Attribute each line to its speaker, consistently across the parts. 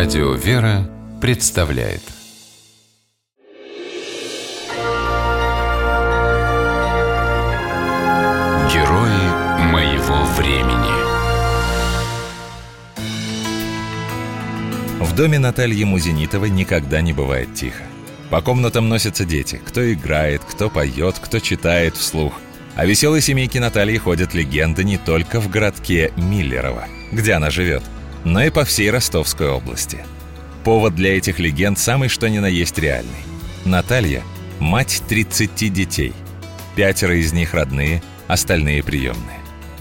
Speaker 1: Радио «Вера» представляет Герои моего времени.
Speaker 2: В доме Натальи Музенитовой никогда не бывает тихо. По комнатам носятся дети. Кто играет, кто поет, кто читает вслух. О веселой семейке Натальи ходят легенды не только в городке Миллерово, где она живет, но и по всей Ростовской области. Повод для этих легенд самый что ни на есть реальный. Наталья – мать 30 детей. 5 из них родные, остальные приемные.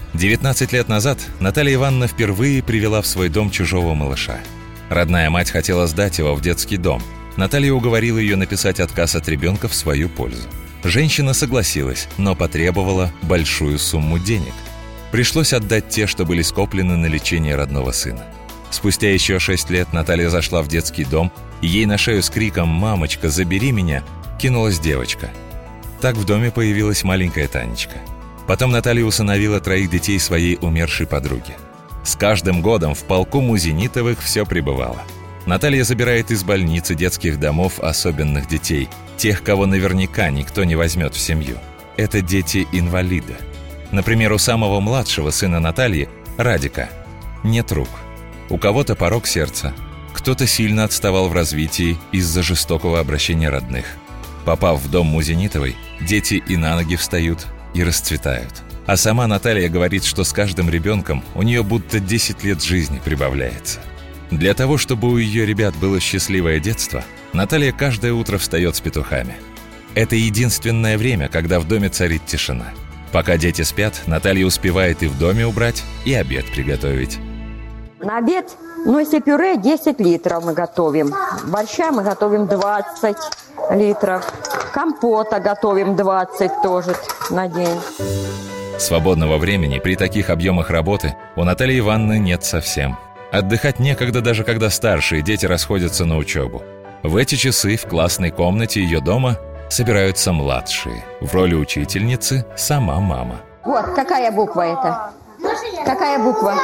Speaker 2: 19 лет назад Наталья Ивановна впервые привела в свой дом чужого малыша. Родная мать хотела сдать его в детский дом. Наталья уговорила ее написать отказ от ребенка в свою пользу. Женщина согласилась, но потребовала большую сумму денег. Пришлось отдать те, что были скоплены на лечение родного сына. Спустя еще 6 лет Наталья зашла в детский дом, и ей на шею с криком «Мамочка, забери меня!» кинулась девочка. Так в доме появилась маленькая Танечка. Потом Наталья усыновила 3 детей своей умершей подруги. С каждым годом в полку Музенитовых все прибывало. Наталья забирает из больницы, детских домов особенных детей, тех, кого наверняка никто не возьмет в семью. Это дети-инвалиды. Например, у самого младшего сына Натальи, Радика, нет рук. У кого-то порок сердца, кто-то сильно отставал в развитии из-за жестокого обращения родных. Попав в дом Музенитовой, дети и на ноги встают, и расцветают. А сама Наталья говорит, что с каждым ребенком у нее будто 10 лет жизни прибавляется. Для того, чтобы у ее ребят было счастливое детство, Наталья каждое утро встает с петухами. Это единственное время, когда в доме царит тишина. Пока дети спят, Наталья успевает и в доме убрать, и обед приготовить.
Speaker 3: На обед, если пюре, 10 литров мы готовим. Борща мы готовим 20 литров. Компота готовим 20 тоже на день.
Speaker 2: Свободного времени при таких объемах работы у Натальи Ивановны нет совсем. Отдыхать некогда, даже когда старшие дети расходятся на учебу. В эти часы в классной комнате ее дома собираются младшие. В роли учительницы сама мама.
Speaker 3: Вот, какая буква это? Какая буква?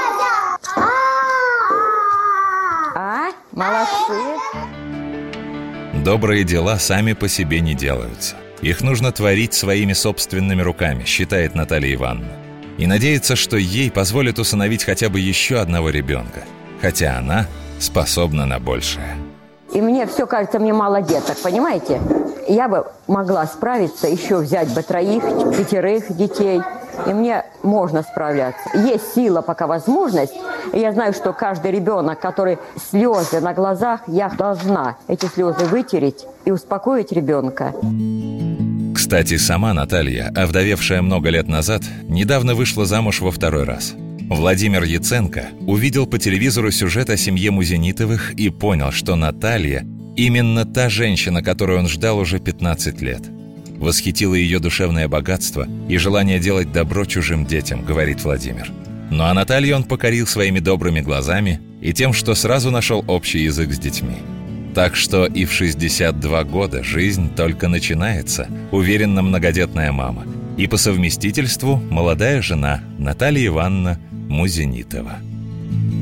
Speaker 3: А? Молодцы.
Speaker 2: Добрые дела сами по себе не делаются. Их нужно творить своими собственными руками, считает Наталья Ивановна. И надеется, что ей позволят усыновить хотя бы еще одного ребенка. Хотя она способна на большее.
Speaker 3: И мне все кажется, мне мало деток, понимаете? Я бы могла справиться, еще взять бы 3, 5 детей. И мне можно справляться. Есть сила, пока возможность. И я знаю, что каждый ребенок, который слезы на глазах, я должна эти слезы вытереть и успокоить ребенка.
Speaker 2: Кстати, сама Наталья, овдовевшая много лет назад, недавно вышла замуж во 2-й раз. Владимир Яценко увидел по телевизору сюжет о семье Музенитовых и понял, что Наталья – именно та женщина, которую он ждал уже 15 лет. Восхитило ее душевное богатство и желание делать добро чужим детям, говорит Владимир. Ну а Наталью он покорил своими добрыми глазами и тем, что сразу нашел общий язык с детьми. Так что и в 62 года жизнь только начинается, уверена многодетная мама. И по совместительству молодая жена Наталья Ивановна Музенитова.